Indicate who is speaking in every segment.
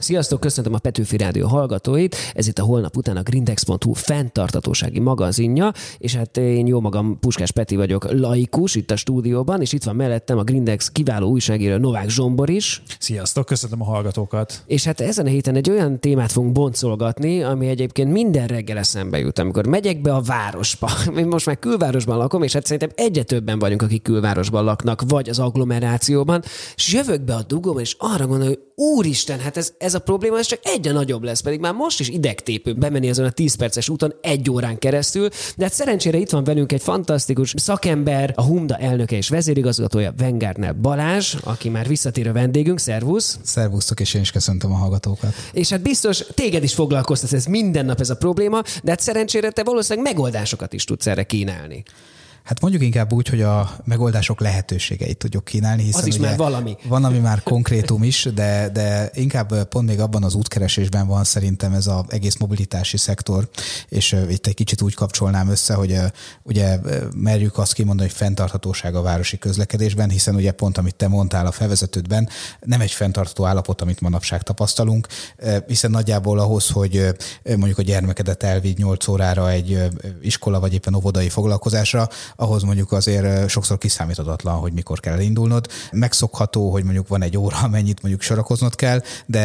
Speaker 1: Sziasztok, köszöntöm a Petőfi Rádió hallgatóit. Ez itt a Holnap után a Grindex.hu fenntarthatósági magazinja, és hát én jó magam Puskás Peti vagyok, laikus itt a stúdióban, és itt van mellettem a Grindex kiváló újságíró Novák Zsombor is.
Speaker 2: Sziasztok, köszöntöm a hallgatókat.
Speaker 1: És hát ezen a héten egy olyan témát fogunk boncolgatni, ami egyébként minden reggel eszembe jut, amikor megyek be a városba. Én most már külvárosban lakom, és hát szerintem egyre többen vagyunk, akik külvárosban laknak, vagy az agglomerációban, és jövök be a dugóba, és arra gondolom, hogy úristen, hát ez a probléma, ez csak egyre nagyobb lesz, pedig már most is idegtépő bemenni azon a 10 perces úton 1 órán keresztül, de hát szerencsére itt van velünk egy fantasztikus szakember, a Humda elnöke és vezérigazgatója, Weingartner Balázs, aki már visszatérő vendégünk. Szervusz!
Speaker 3: Szervusztok, és én is köszöntöm a hallgatókat.
Speaker 1: És hát biztos téged is foglalkoztat ez minden nap ez a probléma, de hát szerencsére te valószínűleg megoldásokat is tudsz erre kínálni.
Speaker 3: Hát mondjuk inkább úgy, hogy a megoldások lehetőségeit tudjuk kínálni, hiszen
Speaker 1: az is
Speaker 3: ugye
Speaker 1: már valami.
Speaker 3: Van, ami már konkrétum is, de inkább pont még abban az útkeresésben van szerintem ez az egész mobilitási szektor, és itt egy kicsit úgy kapcsolnám össze, hogy ugye merjük azt kimondani, hogy fenntarthatóság a városi közlekedésben, hiszen ugye pont, amit te mondtál a felvezetődben, nem egy fenntartható állapot, amit manapság tapasztalunk, hiszen nagyjából ahhoz, hogy mondjuk a gyermekedet elvigy 8 órára egy iskola vagy éppen óvodai foglalkozásra, ahhoz mondjuk azért sokszor kiszámíthatatlan, hogy mikor kell elindulnod. Megszokható, hogy mondjuk van egy óra, amennyit mondjuk sorakoznod kell,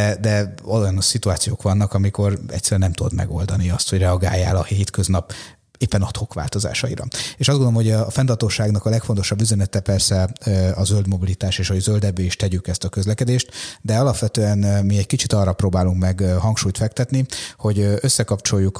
Speaker 3: de olyan szituációk vannak, amikor egyszerűen nem tudod megoldani azt, hogy reagáljál a hétköznap éppen ad-hoc változásaira. És azt gondolom, hogy a fenntarthatóságnak a legfontosabb üzenete persze a zöld mobilitás, és hogy zöldebbé is tegyük ezt a közlekedést, de alapvetően mi egy kicsit arra próbálunk meg hangsúlyt fektetni, hogy összekapcsoljuk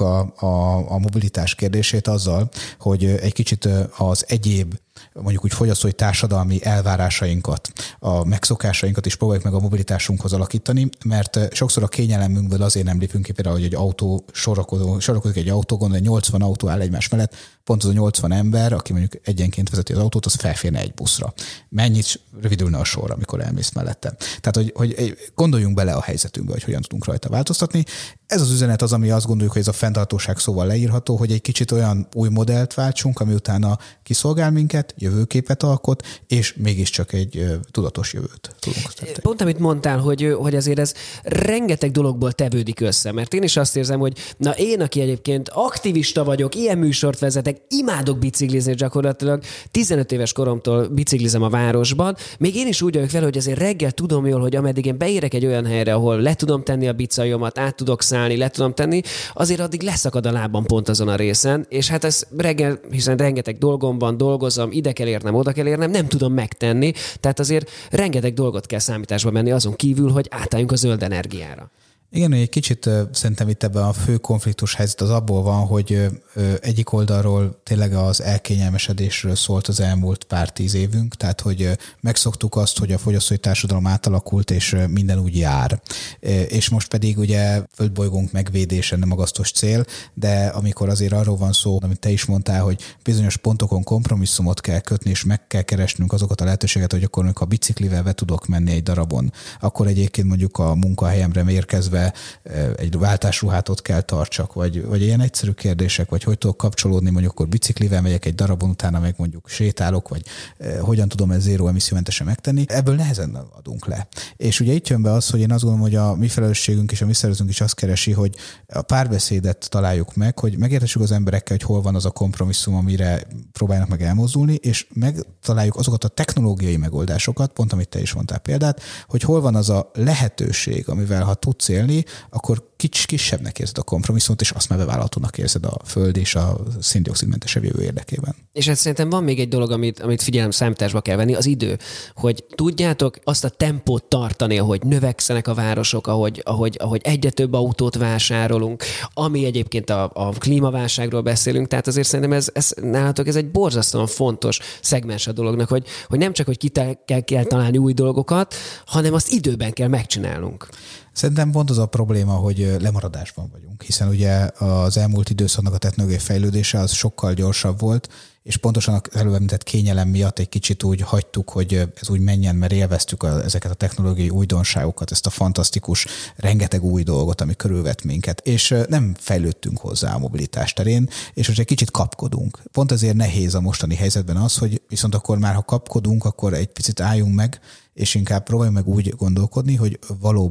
Speaker 3: a mobilitás kérdését azzal, hogy egy kicsit az egyéb mondjuk úgy fogyasztói társadalmi elvárásainkat, a megszokásainkat is próbáljuk meg a mobilitásunkhoz alakítani, mert sokszor a kényelmünkből azért nem lépünk ki, például, hogy egy autó sorakozik egy autógon, de 80 autó áll egymás mellett, pont az a 80 ember, aki mondjuk egyenként vezeti az autót, az felférne egy buszra. Mennyit rövidülne a sor, amikor elmész mellette. Tehát, hogy gondoljunk bele a helyzetünkbe, hogy hogyan tudunk rajta változtatni. Ez az üzenet az, ami azt gondoljuk, hogy ez a fenntarthatóság szóval leírható, hogy egy kicsit olyan új modellt váltsunk, ami utána kiszolgál minket, jövőképet alkot, és mégiscsak egy tudatos jövőt tudunk tenni.
Speaker 1: Pont amit mondtál, hogy azért ez rengeteg dologból tevődik össze, mert én is azt érzem, hogy na én, aki egyébként aktivista vagyok, ilyen műsort vezetek, imádok biciklizni gyakorlatilag, 15 éves koromtól biciklizem a városban, még én is úgy vagyok vele, hogy azért reggel tudom jól, hogy ameddig én beérek egy olyan helyre, ahol le tudom tenni a bicajomat, át tudok szállni, le tudom tenni, azért addig leszakad a lábam pont azon a részen, és hát ez reggel, hiszen rengeteg dolgom van, dolgozom, ide kell érnem, oda kell érnem, nem tudom megtenni, tehát azért rengeteg dolgot kell számításba venni azon kívül, hogy átálljunk a zöld energiára.
Speaker 3: Igen, egy kicsit szerintem itt ebben a fő konfliktus helyzet az abból van, hogy egyik oldalról tényleg az elkényelmesedésről szólt az elmúlt pár 10 évünk, tehát hogy megszoktuk azt, hogy a fogyasztói társadalom átalakult, és minden úgy jár. És most pedig ugye földbolygónk megvédése nem magasztos cél, de amikor azért arról van szó, amit te is mondtál, hogy bizonyos pontokon kompromisszumot kell kötni, és meg kell keresnünk azokat a lehetőséget, hogy akkor amikor a biciklivel be tudok menni egy darabon, akkor egyébként mondjuk a munkahelyemre érkezve egy váltásruhát ott kell tartsak, vagy ilyen egyszerű kérdések, vagy hogy tudok kapcsolódni, mondjuk akkor biciklivel megyek egy darabon, utána meg mondjuk sétálok, vagy hogyan tudom ezt zéró emissziómentesen megtenni. Ebből nehezen adunk le. És ugye itt jön be az, hogy én azt gondolom, hogy a mi felelősségünk és a mi szervezünk is azt keresi, hogy a párbeszédet találjuk meg, hogy megértessük az emberekkel, hogy hol van az a kompromisszum, amire próbálnak meg elmozdulni, és megtaláljuk azokat a technológiai megoldásokat, pont amit te is mondtál példát, hogy hol van az a lehetőség, amivel ha tudsz élni, akkor kisebbnek érzed a kompromisszumot, és azt már bevállalhatónak érzed a föld és a széndioxidmentesebb jövő érdekében. És
Speaker 1: hát szerintem van még egy dolog, amit figyelem számításba kell venni, az idő. Hogy tudjátok azt a tempót tartani, ahogy növekszenek a városok, ahogy egyre több autót vásárolunk, ami egyébként a klímaválságról beszélünk, tehát azért szerintem nálatok ez egy borzasztóan fontos szegmens a dolognak, hogy nem csak, hogy kell találni új dolgokat, hanem azt időben kell megcsinálnunk.
Speaker 3: Szerintem pont az a probléma, hogy lemaradásban vagyunk, hiszen ugye az elmúlt időszaknak a technológiai fejlődése az sokkal gyorsabb volt, és pontosan az előbb említett kényelem miatt egy kicsit úgy hagytuk, hogy ez úgy menjen, mert élveztük ezeket a technológiai újdonságokat, ezt a fantasztikus, rengeteg új dolgot, ami körülvet minket, és nem fejlődtünk hozzá a mobilitás terén, és most egy kicsit kapkodunk. Pont ezért nehéz a mostani helyzetben az, hogy viszont akkor már, ha kapkodunk, akkor egy picit álljunk meg, és inkább próbáljunk meg úgy gondolkodni, hogy valóban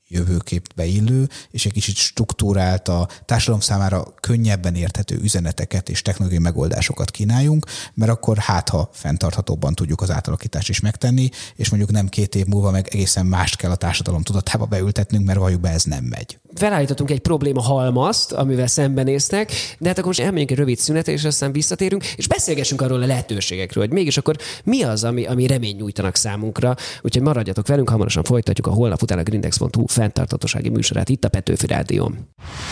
Speaker 3: jövőképbe illő, és egy kicsit struktúrált, a társadalom számára könnyebben érthető üzeneteket és technológiai megoldásokat kínáljunk, mert akkor ha fenntarthatóbban tudjuk az átalakítást is megtenni, és mondjuk nem 2 év múlva meg egészen mást kell a társadalom tudatába beültetnünk, mert valljuk be, ez nem megy.
Speaker 1: Felállítottunk egy probléma halmazt, amivel szembenéztek, de hát akkor most elmegyünk egy rövid szünetre, és aztán visszatérünk, és beszélgessünk arról a lehetőségekről, hogy mégis akkor mi az, ami remény nyújtanak számunkra. Úgyhogy maradjatok velünk, hamarosan folytatjuk a holnap után a grindex.hu fenntarthatósági műsorát itt a Petőfi Rádión.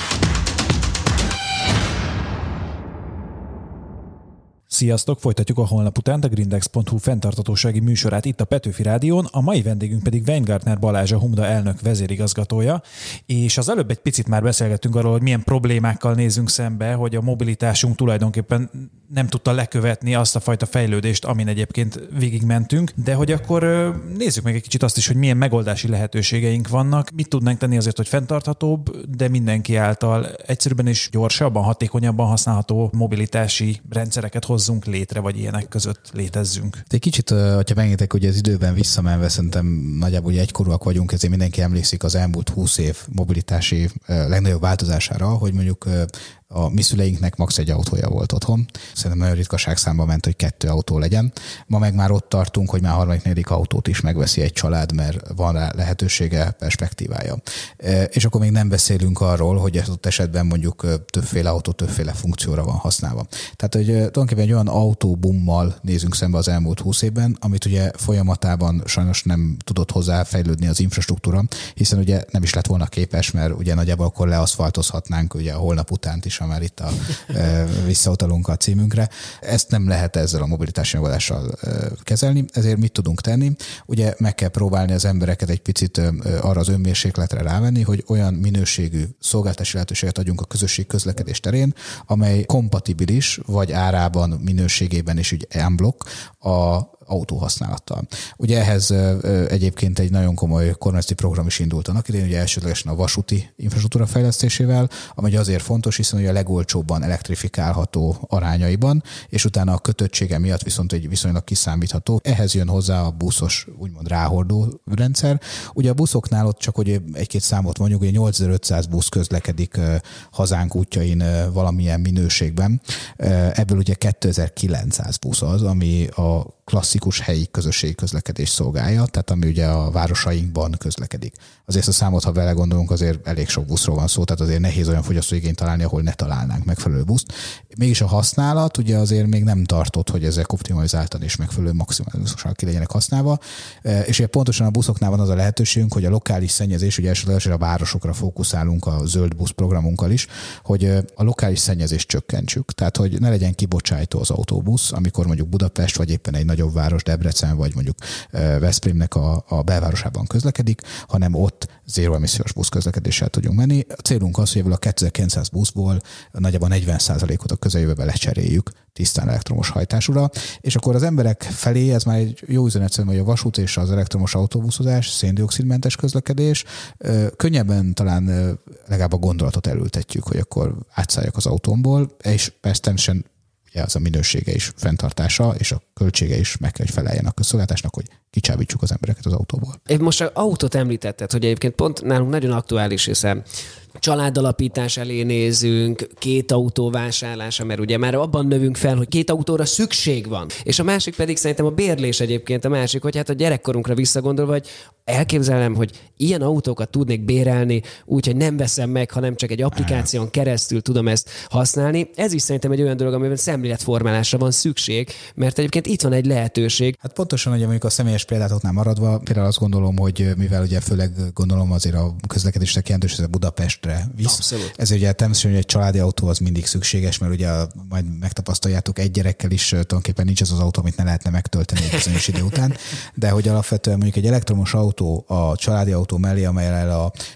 Speaker 2: Sziasztok! Folytatjuk a holnap után a grindex.hu fenntarthatósági műsorát itt a Petőfi Rádión, a mai vendégünk pedig Weingartner Balázs, a Humda elnök vezérigazgatója, és az előbb egy picit már beszélgettünk arról, hogy milyen problémákkal nézünk szembe, hogy a mobilitásunk tulajdonképpen nem tudta lekövetni azt a fajta fejlődést, amin egyébként végigmentünk, de hogy akkor nézzük meg egy kicsit azt is, hogy milyen megoldási lehetőségeink vannak, mit tudnánk tenni azért, hogy fenntarthatóbb, de mindenki által egyszerűbben és gyorsabban, hatékonyabban használható mobilitási rendszereket hozzunk létre, vagy ilyenek között létezzünk.
Speaker 3: Egy kicsit, hogyha megnéztek, hogy az időben visszamenve, szerintem nagyjából ugye egykorúak vagyunk, ezért mindenki emlékszik az elmúlt 20 év mobilitási legnagyobb változására, hogy mondjuk a mi szüleinknek max. Egy autója volt otthon. Szerintem nagyon ritkaság számba ment, hogy 2 autó legyen. Ma meg már ott tartunk, hogy már 3.-4. autót is megveszi egy család, mert van rá lehetősége, perspektívája. És akkor még nem beszélünk arról, hogy ez ott esetben mondjuk többféle autó, többféle funkcióra van használva. Tehát, hogy tulajdonképpen egy olyan autóbummal nézünk szembe az elmúlt 20 évben, amit ugye folyamatában sajnos nem tudott hozzáfejlődni az infrastruktúra, hiszen ugye nem is lett volna képes, mert ugye nagyjából akkor leaszfaltozhatnánk ugye a holnap utánt is, ha már itt visszautalunk a címünkre. Ezt nem lehet ezzel a mobilitási megoldással kezelni, ezért mit tudunk tenni? Ugye meg kell próbálni az embereket egy picit arra az önmérsékletre rávenni, hogy olyan minőségű szolgáltatási lehetőséget adjunk a közösség közlekedés terén, amely kompatibilis, vagy árában, minőségében is úgy unblock a autóhasználattal. Ugye ehhez egyébként egy nagyon komoly kormányzati program is indult annak idején, ugye elsődlegesen a vasúti infrastruktúra fejlesztésével, ami azért fontos, hiszen ugye a legolcsóbban elektrifikálható arányaiban, és utána a kötöttsége miatt viszont egy viszonylag kiszámítható. Ehhez jön hozzá a buszos, úgymond ráhordó rendszer. Ugye a buszoknál ott csak, hogy egy-két számot mondjuk, ugye 8500 busz közlekedik hazánk útjain valamilyen minőségben. Ebből ugye 2900 busz az, ami a klasszikus helyi közösségi közlekedés szolgálja, tehát ami ugye a városainkban közlekedik. Azért a számot, ha vele gondolunk, azért elég sok buszról van szó, tehát azért nehéz olyan fogyasztóigényt találni, ahol ne találnánk megfelelő buszt. Mégis a használat ugye azért még nem tartott, hogy ezek optimalizáltan és megfelelő maximálisan ki legyenek használva. És ugye pontosan a buszoknál van az a lehetőségünk, hogy a lokális szennyezés, ugye elsősorban a városokra fókuszálunk a zöld busz programunkkal is, hogy a lokális szennyezést csökkentsük. Tehát, hogy ne legyen kibocsájtó az autóbusz, amikor mondjuk Budapest vagy éppen egy nagyobb város, Debrecen vagy mondjuk Veszprémnek a belvárosában közlekedik, hanem ott zéró emissziós busz közlekedéssel tudjunk menni. A célunk az, hogy ebből a 2900 buszból nagyjából 40%-ot a közeljövőben lecseréljük tisztán elektromos hajtásúra, és akkor az emberek felé ez már egy jó üzenet szerintem, hogy a vasút és az elektromos autóbuszozás, széndioxidmentes közlekedés, könnyebben talán legalább a gondolatot elültetjük, hogy akkor átszálljak az autómból, és persze természetesen az a minősége is fenntartása, és a költsége is meg kell, hogy feleljen a közszolgáltatásnak, hogy kicsábítsuk az embereket az autóból.
Speaker 1: Most az autót említetted, hogy egyébként pont nálunk nagyon aktuális, hiszen családalapítás elé nézünk, 2 autó vásárlása, mert ugye már abban növünk fel, hogy 2 autóra szükség van. És a másik pedig szerintem a bérlés egyébként a másik, hogy hát a gyerekkorunkra visszagondolva, hogy elképzelem, hogy ilyen autókat tudnék bérelni, úgyhogy nem veszem meg, hanem csak egy applikáción keresztül tudom ezt használni. Ez is szerintem egy olyan dolog, amiben szemléletformálásra van szükség, mert egyébként itt van egy lehetőség.
Speaker 3: Hát pontosan, hogy mondjuk a személyes példátoknál maradva, például azt gondolom, hogy mivel ugye főleg gondolom azért a közlekedésnek jelentős, ez a Budapestre visz.
Speaker 1: Abszolút.
Speaker 3: Ezért ugye természetesen hogy egy családi autó az mindig szükséges, mert ugye majd megtapasztaljátok, egy gyerekkel is tulajdonképpen nincs az az autó, amit ne lehetne megtölteni egy bizonyos idő után, de hogy alapvetően mondjuk egy elektromos autó a családi autó mellé, amelyel a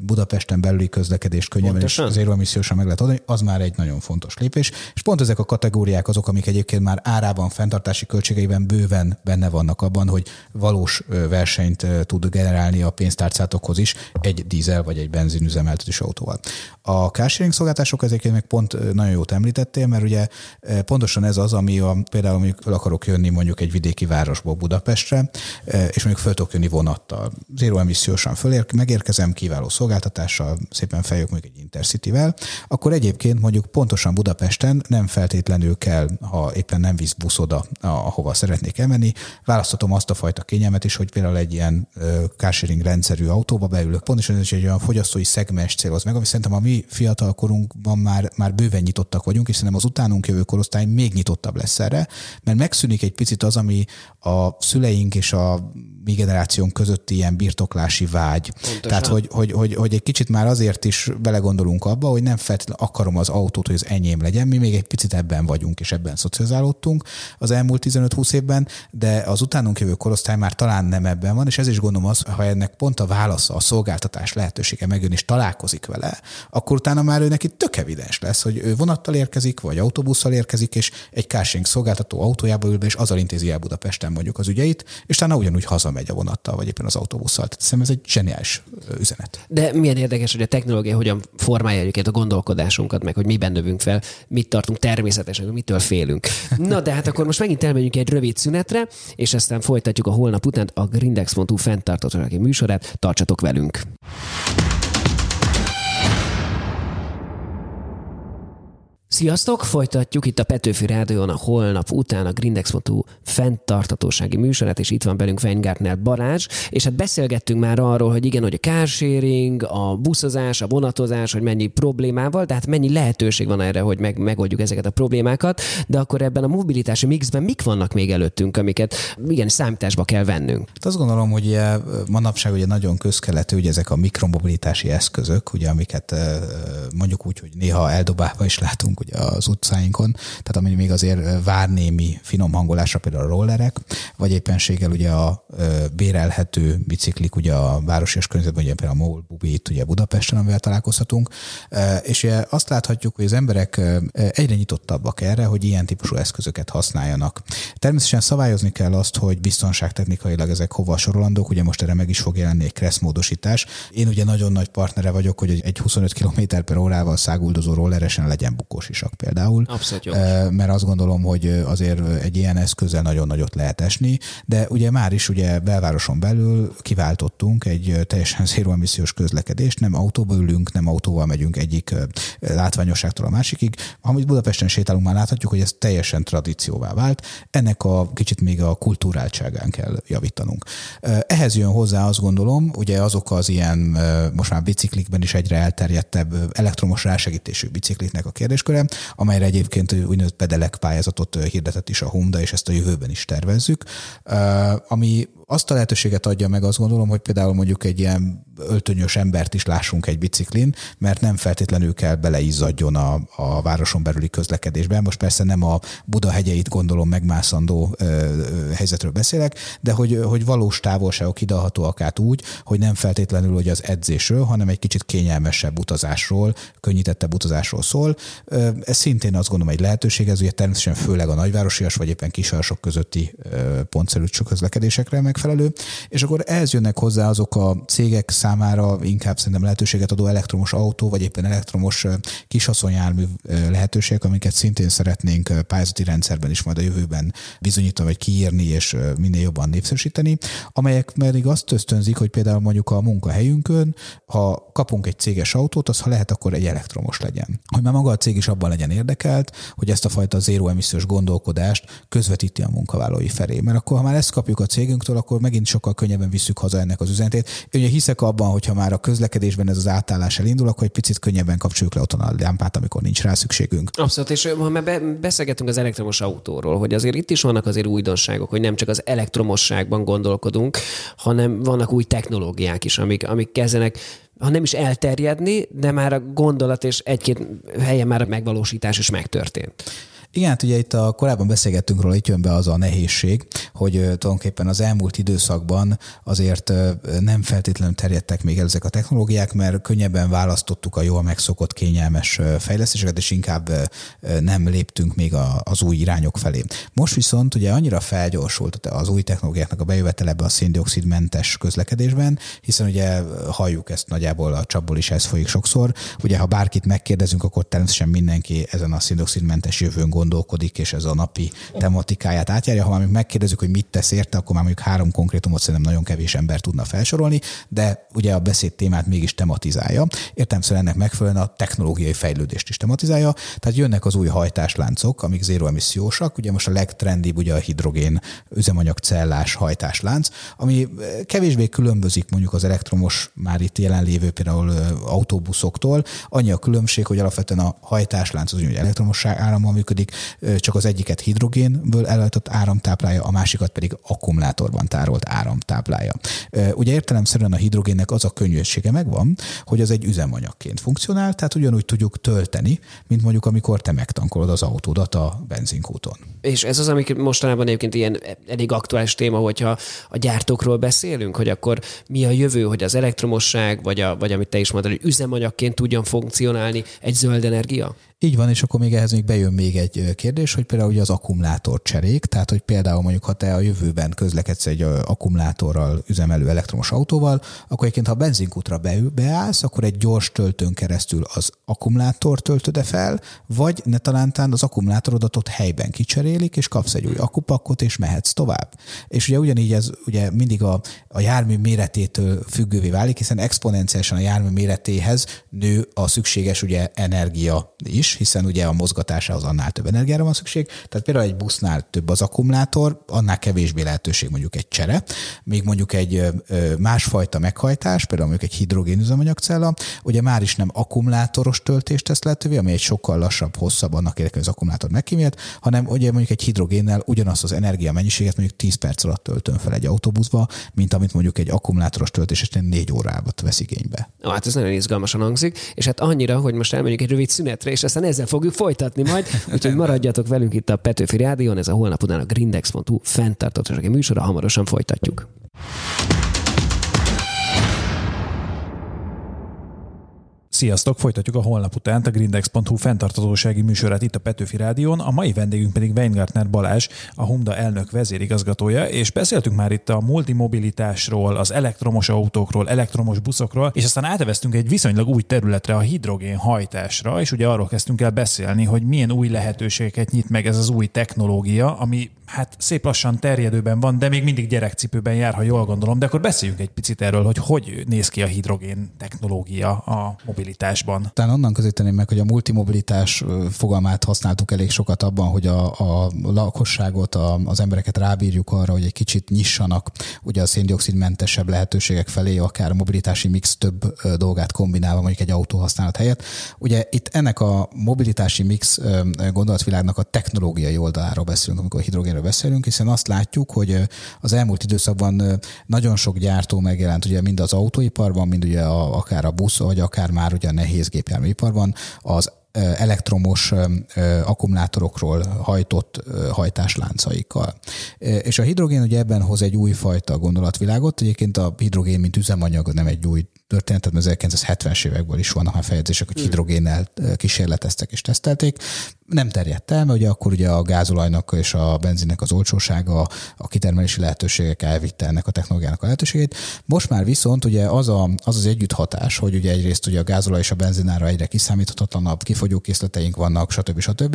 Speaker 3: Budapesten belüli közlekedést könnyebben és zéroemissziósan meg lehet adni, az már egy nagyon fontos lépés. És pont ezek a kategóriák azok, amik egyébként már árában, fenntartási költségeiben bőven benne vannak abban, hogy valós versenyt tud generálni a pénztárcátokhoz is egy dízel vagy egy benzinüzemeltetős autóval. A carsharing szolgáltatások ezeket meg pont nagyon jót említettél, mert ugye pontosan ez az, ami például mondjuk fel akarok jönni mondjuk egy vidéki városból Budapestre, és mondjuk fel tudok jönni vonattal. Zéroemissziósan megérkezem, kiváló szolgáltatással, szépen feljövök mondjuk egy Intercityvel, akkor egyébként mondjuk pontosan Budapesten nem feltétlenül kell, ha éppen nem visz busz oda, ahova szeretnék elmenni, választhatom azt a fajta kényelmet is, hogy például egy ilyen carsharing rendszerű autóba beülök. Pontosan ez egy olyan fogyasztói szegmens céloz meg, ami szerintem a mi fiatalkorunkban már bőven nyitottak vagyunk, és szerintem az utánunk jövő korosztály még nyitottabb lesz erre, mert megszűnik egy picit az, ami a szüleink és a mi generációnk közötti ilyen birtoklási vágy. Pontosan. Tehát, hogy egy kicsit már azért is belegondolunk abba, hogy nem feltétlenül akarom az autót, hogy az enyém legyen. Mi még egy picit ebben vagyunk, és ebben szocializálódtunk az elmúlt 15-20 évben, de az utánunk jövő korosztály már talán nem ebben van, és ez is gondolom az, ha ennek pont a válasza, a szolgáltatás lehetősége megjön, és találkozik vele, akkor utána már ő neki tök evidens lesz, hogy ő vonattal érkezik, vagy autóbusszal érkezik, és egy carsharing szolgáltató autójába ül be, és azzal intézi el Budapesten mondjuk az ügyeit, és utána ugyanúgy hazamegy a vonattal, vagy éppen az autóbusszal. Tehát szerintem ez egy zseniális üzenet.
Speaker 1: De milyen érdekes, hogy a technológia hogyan formálja egyébként a gondolkodásunkat, meg hogy miben növünk fel, mit tartunk természetesen, mitől félünk. Na, de hát akkor most megint elmegyünk egy rövid szünetre, és aztán folytatjuk a holnap után a Grindex.hu fenntarthatósági műsorát. Tartsatok velünk! Sziasztok! Folytatjuk itt a Petőfi Rádión a holnap után a Grindex.hu fenntarthatósági műsorát, és itt van velünk Weingartner Balázs, és hát beszélgettünk már arról, hogy igen, hogy a carsharing, a buszozás, a vonatozás, hogy mennyi problémával, de hát mennyi lehetőség van erre, hogy megoldjuk ezeket a problémákat, de akkor ebben a mobilitási mixben mik vannak még előttünk, amiket igen, számításba kell vennünk?
Speaker 3: Hát azt gondolom, hogy manapság ugye nagyon közkeletű, hogy ezek a mikromobilitási eszközök, ugye, amiket mondjuk úgy, hogy néha eldobálva is látunk ugye az utcáinkon, tehát ami még azért vár némi finom hangolásra, például a rollerek, vagy éppenséggel ugye a bérelhető biciklik ugye a városias környezetben, ugye például a Mole Bubi itt ugye Budapesten, amivel találkozhatunk, és ugye azt láthatjuk, hogy az emberek egyre nyitottabbak erre, hogy ilyen típusú eszközöket használjanak. Természetesen szabályozni kell azt, hogy biztonságtechnikailag ezek hova sorolandók, ugye most erre meg is fog jelenni egy Kressz módosítás. Én ugye nagyon nagy partnere vagyok, hogy egy 25 km/h száguldozó rolleresen legyen bukós isak például.
Speaker 1: Abszolút jó.
Speaker 3: Mert azt gondolom, hogy azért egy ilyen eszközzel nagyon nagyot lehet esni, de ugye már is ugye belvároson belül kiváltottunk egy teljesen zéroemissziós közlekedést, nem autóba ülünk, nem autóval megyünk egyik látványosságtól a másikig. Amit Budapesten sétálunk, már láthatjuk, hogy ez teljesen tradícióvá vált. Ennek a kicsit még a kulturáltságán kell javítanunk. Ehhez jön hozzá, azt gondolom, ugye azok az ilyen most már biciklikben is egyre elterjedtebb elektromos rásegítésű bicikliknek a kérdésköre, amelyre egyébként úgynevezett pedelek pályázatot hirdetett is a Honda, és ezt a jövőben is tervezzük, ami azt a lehetőséget adja meg, azt gondolom, hogy például mondjuk egy ilyen öltönyös embert is lássunk egy biciklin, mert nem feltétlenül kell beleizzadjon a városon belüli közlekedésben. Most persze nem a Buda hegyeit gondolom megmászandó helyzetről beszélek, de hogy valós távolságok idehatóak át úgy, hogy nem feltétlenül hogy az edzésről, hanem egy kicsit kényelmesebb utazásról, könnyítettebb utazásról szól. Ez szintén azt gondolom egy lehetőség, ez ugye természetesen főleg a nagyvárosias vagy éppen kisvárosok közötti pontszerű közlekedésekre megfelelő, és akkor ehhez jönnek hozzá azok a cégek számára inkább szerintem lehetőséget adó elektromos autó, vagy éppen elektromos kishaszonjármű lehetőségek, amiket szintén szeretnénk pályázati rendszerben is majd a jövőben bizonyítani, vagy kiírni, és minél jobban népszerűsíteni, amelyek pedig azt ösztönzik, hogy például mondjuk a munkahelyünkön, ha kapunk egy céges autót, az ha lehet, akkor egy elektromos legyen. Hogy már maga a cég is abban legyen érdekelt, hogy ezt a fajta zéroemissziós gondolkodást közvetíti a munkavállalói felé. Mert akkor, ha már ezt kapjuk a cégünktől, akkor megint sokkal könnyebben visszük haza ennek az üzenetét. Én ugye hiszek abban, hogyha már a közlekedésben ez az átállás elindul, akkor egy picit könnyebben kapcsoljuk le otthon a lámpát, amikor nincs rá szükségünk.
Speaker 1: Abszolút, és ha már beszélgetünk az elektromos autóról, hogy azért itt is vannak azért újdonságok, hogy nem csak az elektromosságban gondolkodunk, hanem vannak új technológiák is, amik kezdenek, ha nem is elterjedni, de már a gondolat és egy-két helyen már a megvalósítás is megtörtént.
Speaker 3: Igen, hát ugye itt korábban beszélgettünk róla, itt jön be az a nehézség, hogy tulajdonképpen az elmúlt időszakban azért nem feltétlenül terjedtek még el ezek a technológiák, mert könnyebben választottuk a jól megszokott kényelmes fejlesztéseket, és inkább nem léptünk még az új irányok felé. Most viszont ugye annyira felgyorsult az új technológiáknak a bejövetele ebbe a szén-dioxid-mentes közlekedésben, hiszen ugye halljuk ezt nagyjából a csapból is, ez folyik sokszor. Ugye ha bárkit megkérdezünk, akkor természetesen mindenki ezen a szén-dioxid-mentes jövőn gondolkodik, és ez a napi tematikáját átjárja. Ha már megkérdezzük, hogy mit tesz érte, akkor már mondjuk 3 konkrétumot szerintem nagyon kevés ember tudna felsorolni, de ugye a beszéd témát mégis tematizálja. Értelemszerűen ennek megfelelően a technológiai fejlődést is tematizálja. Tehát jönnek az új hajtásláncok, amik zéro emissziósak. Ugye most a legtrendibb ugye a hidrogén üzemanyagcellás hajtáslánc, ami kevésbé különbözik mondjuk az elektromos már itt jelenlévő például autóbuszoktól. Annyi a különbség, hogy alapvetően a hajtáslánc az úgy elektromos árammal működik, csak az egyiket hidrogénből előállított áram táplálja, a másikat pedig akkumulátorban tárolt áram táplálja. Ugye értelemszerűen a hidrogénnek az a könnyűsége megvan, hogy az egy üzemanyagként funkcionál, tehát ugyanúgy tudjuk tölteni, mint mondjuk amikor te megtankolod az autódat a benzinkúton.
Speaker 1: És ez az, amik mostanában egyébként ilyen elég aktuális téma, hogyha a gyártókról beszélünk, hogy akkor mi a jövő, hogy az elektromosság, vagy amit te is mondtad, hogy üzemanyagként tudjon funkcionálni egy zöld energia?
Speaker 3: Így van, és akkor még ehhez bejön még egy kérdés, hogy például ugye az akkumulátor cserék, tehát hogy például mondjuk ha te a jövőben közlekedsz egy akkumulátorral üzemelő elektromos autóval, akkor egyébként ha a benzinkútra beállsz, akkor egy gyors töltőn keresztül az akkumulátor töltöd fel, vagy netalántán az akkumulátorodat ott helyben kicserélik, és kapsz egy új akkupakkot, és mehetsz tovább. És ugye ugyanígy ez ugye mindig a jármű méretétől függővé válik, hiszen exponenciálisan a jármű méretéhez nő a szükséges ugye energia is, hiszen ugye a mozgatásához annál több energiára van szükség. Tehát például egy busznál több az akkumulátor, annál kevésbé lehetőség mondjuk egy csere, még mondjuk egy másfajta meghajtás, például mondjuk egy hidrogén üzemanyagcella, ugye már is nem akkumulátoros töltést tesz lehetővé, ami egy sokkal lassabb, hosszabb annak érdekében, hogy az akkumulátor megkímélt, hanem ugye mondjuk egy hidrogénnel ugyanazt az energia mennyiséget mondjuk 10 perc alatt töltöm fel egy autóbuszba, mint amit mondjuk egy akkumulátoros töltés esetén 4 órában vesz igénybe.
Speaker 1: Hát ez nagyon izgalmasan hangzik, és hát annyira, hogy most elmegyünk egy rövid szünetre, és aztán ezzel fogjuk folytatni majd, úgyhogy maradjatok velünk itt a Petőfi Rádión, ez a holnap után a grindex.hu fenntarthatósági műsora, hamarosan folytatjuk.
Speaker 2: Sziasztok! Folytatjuk a holnap után a grindex.hu fenntarthatósági műsorát itt a Petőfi Rádión. A mai vendégünk pedig Weingartner Balázs, a Humda elnök vezérigazgatója, és beszéltünk már itt a multimobilitásról, az elektromos autókról, elektromos buszokról, és aztán áteveztünk egy viszonylag új területre, a hidrogén hajtásra, és ugye arról kezdtünk el beszélni, hogy milyen új lehetőségeket nyit meg ez az új technológia, ami hát szép lassan terjedőben van, de még mindig gyerekcipőben jár, ha jól gondolom, de akkor beszéljünk egy picit erről, hogy néz ki a hidrogén technológia a mobilitásban.
Speaker 3: Talán onnan közíteném meg, hogy a multimobilitás fogalmát használtuk elég sokat abban, hogy a lakosságot, az embereket rábírjuk arra, hogy egy kicsit nyissanak ugye a szén-dioxidmentesebb lehetőségek felé, akár a mobilitási mix több dolgát kombinálva mondjuk egy autó használat helyett. Ugye itt ennek a mobilitási mix gondolatvilágnak a technológiai oldaláról beszélünk, amikor a hidrogénről beszélünk, hiszen azt látjuk, hogy az elmúlt időszakban nagyon sok gyártó megjelent ugye mind az autóiparban, mind ugye akár a busz, vagy akár már ugye a nehéz gépjárműiparban az elektromos akkumulátorokról hajtott hajtásláncaikkal. És a hidrogén ugye ebben hoz egy újfajta gondolatvilágot. Egyébként a hidrogén, mint üzemanyag nem egy új történet, mert 1970-es évekből is vannak már feljegyzések, hogy hidrogénnel kísérleteztek és tesztelték. Nem terjedt el, mert ugye akkor ugye a gázolajnak és a benzinnek az olcsósága, a kitermelési lehetőségek elvitte ennek a technológiának a lehetőségét. Most már viszont ugye az együtthatás, hogy ugye egyrészt ugye a gázolaj és a benzinára egyre kiszámíthatatlanabb kifogyókészleteink vannak, stb.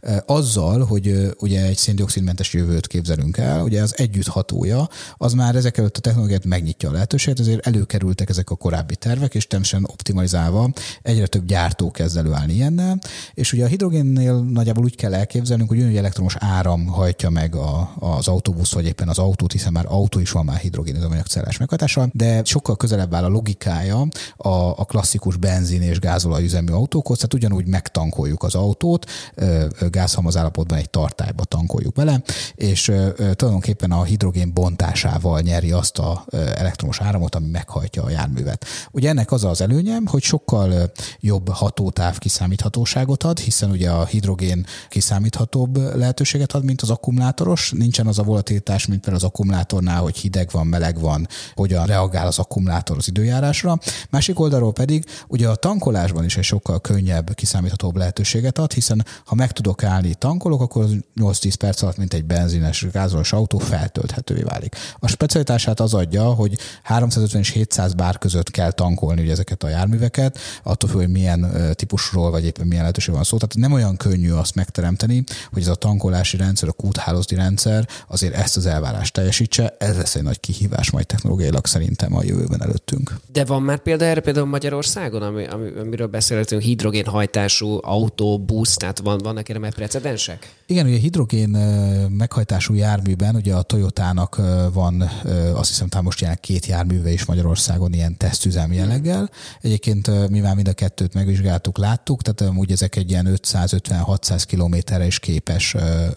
Speaker 3: Azzal, hogy ugye egy szén-dioxidmentes jövőt képzelünk el, ugye az együtthatója, az már ezek előtt a technológiát megnyitja a lehetőséget, ezért előkerültek ezek a korábbi tervek, és természetesen optimalizálva egyre több gyártó kezd előállni ilyennel, és ugye a hidrogénnél nagyjából úgy kell elképzelnünk, hogy ugyanúgy elektromos áram hajtja meg az autóbusz, vagy éppen az autót, hiszen már autó is van már hidrogén üzemanyagcellás meghajtással, de sokkal közelebb áll a logikája a klasszikus benzin és gázolaj üzemű autókhoz, tehát ugyanúgy megtankoljuk az autót, gázhalmaz állapotban egy tartályba tankoljuk bele, és tulajdonképpen a hidrogén bontásával nyeri azt az elektromos áramot, ami meghajtja a járművet. rendszert. Ugye ennek az az előnye, hogy sokkal jobb hatótáv kiszámíthatóságot ad, hiszen ugye a hidrogén kiszámíthatóbb lehetőséget ad, mint az akkumulátoros. Nincsen az a volatilitás, mint például az akkumulátornál, hogy hideg van, meleg van, hogyan reagál az akkumulátor az időjárásra. Másik oldalról pedig ugye a tankolásban is egy sokkal könnyebb, kiszámíthatóbb lehetőséget ad, hiszen ha meg tudok állni, tankolok, akkor 8-10 perc alatt, mint egy benzines, gázolos autó feltölthetővé válik. A specialitását az adja, hogy 350 és 700 bár között kell tankolni ugye ezeket a járműveket, attól függ, hogy milyen típusról, vagy éppen milyen lehetőség van szó. Tehát nem olyan könnyű azt megteremteni, hogy ez a tankolási rendszer, a kúthálózati rendszer azért ezt az elvárást teljesítse. Ez lesz egy nagy kihívás majd technológiailag szerintem a jövőben előttünk.
Speaker 1: De van már például erre például Magyarországon, amiről beszélhetünk, hidrogénhajtású autó, busz, tehát vannak erre már precedensek?
Speaker 3: Igen, ugye hidrogén meghajtású járműben ugye a Toyotának van, azt hiszem, talán most jelenleg 2 járműve is Magyarországon ilyen tesztüzem jelleggel. Egyébként mi már mind a kettőt megvizsgáltuk, láttuk, tehát úgy ezek egy ilyen 550-600 kilométerre is képes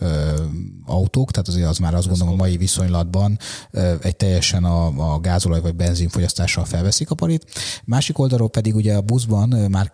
Speaker 3: autók, tehát azért az már azt gondolom a mai viszonylatban egy teljesen a gázolaj vagy benzinfogyasztással felveszik a parit. Másik oldalról pedig ugye a buszban már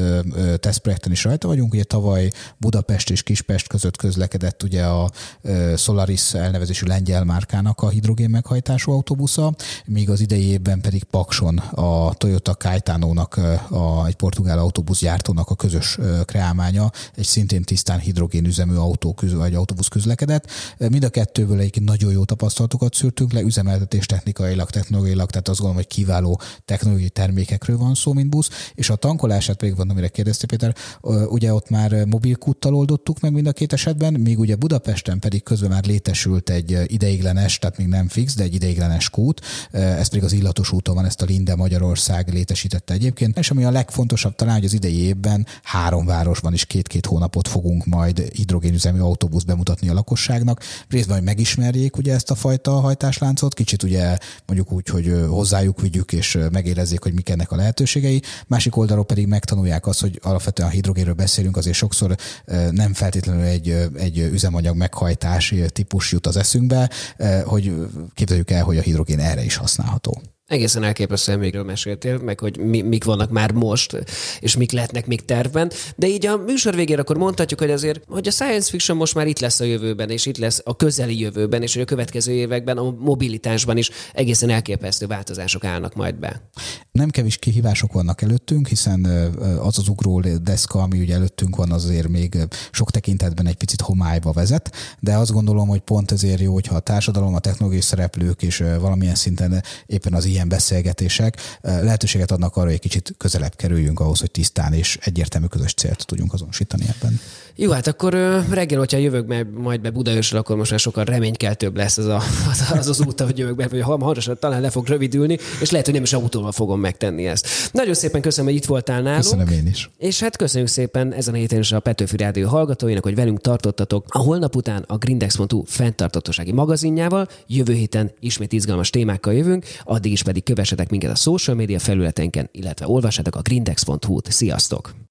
Speaker 3: 2 tesztprojekten is rajta vagyunk, ugye tavaly Budapest és Kispest között közlekedett ugye a Solaris elnevezésű lengyel márkának a hidrogén meghajtású autóbusza, míg az idei évben pedig Pakson a Toyota Caetano-nak, egy portugál autóbuszgyártónak a közös kreálmánya, egy szintén tisztán hidrogénüzemű autóbusz közlekedett. Mind a kettőből egyébként nagyon jó tapasztalatokat szűrtünk le, üzemeltetés technikailag, technológiailag, tehát azt gondolom, hogy kiváló technológiai termékekről van szó, mint busz, és a tankolását pedig van, amire kérdeztél, Péter, ugye ott már mobilkúttal oldottuk meg mind a 2 esetben, míg ugye Budapesten pedig közben már létesült egy ideiglenes, tehát még nem fix, de egy ideiglenes kút, ez pedig az Illatos úton van, ezt a Linde Magyarország létesítette egyébként, és ami a legfontosabb talán, hogy az idei évben 3 városban is 2-2 hónapot fogunk majd hidrogénüzemű autóbusz bemutatni a lakosságnak. Részben, hogy megismerjék ugye ezt a fajta hajtásláncot, kicsit ugye mondjuk úgy, hogy hozzájuk vigyük és megérezzék, hogy mik ennek a lehetőségei. Másik oldalról pedig megtanulják azt, hogy alapvetően a hidrogénről beszélünk, azért sokszor nem feltétlenül egy üzemanyag meghajtás típus jut az eszünkbe, hogy képzeljük el, hogy a hidrogén erre is használható.
Speaker 1: Egészen elképesztően mégről meséltél, meg hogy mik vannak már most, és mik lehetnek még tervben. De így a műsor végén akkor mondhatjuk, hogy azért, hogy a science fiction most már itt lesz a jövőben, és itt lesz a közeli jövőben, és hogy a következő években a mobilitásban is egészen elképesztő változások állnak majd be.
Speaker 3: Nem kevés kihívások vannak előttünk, hiszen az az ugró deszka, ami ugye előttünk van, azért még sok tekintetben egy picit homályba vezet, de azt gondolom, hogy pont ezért jó, hogyha a társadalom, a technológiai szereplők és valamilyen szinten éppen az ilyen beszélgetések lehetőséget adnak arra, hogy egy kicsit közelebb kerüljünk ahhoz, hogy tisztán és egyértelmű közös célt tudjunk azonosítani ebben.
Speaker 1: Jó, hát akkor reggel, hogyha jövök majd be Budaörsről, akkor most már sokkal reménykeltőbb lesz az út, hogy jövök be, hogy hamarosan talán le fog rövidülni, és lehet, hogy nem is autóval fogom megtenni ezt. Nagyon szépen köszönöm, hogy itt voltál nálunk.
Speaker 3: Köszönöm én is.
Speaker 1: És hát köszönjük szépen ezen a héten is a Petőfi Rádió hallgatóinak, hogy velünk tartottatok a holnap után a Grindex.hu fenntarthatósági magazinjával. Jövő héten ismét izgalmas témákkal jövünk, addig is pedig kövessetek minket a social media felületeinken, illetve olvassátok a grindex.hu-t. Sziasztok!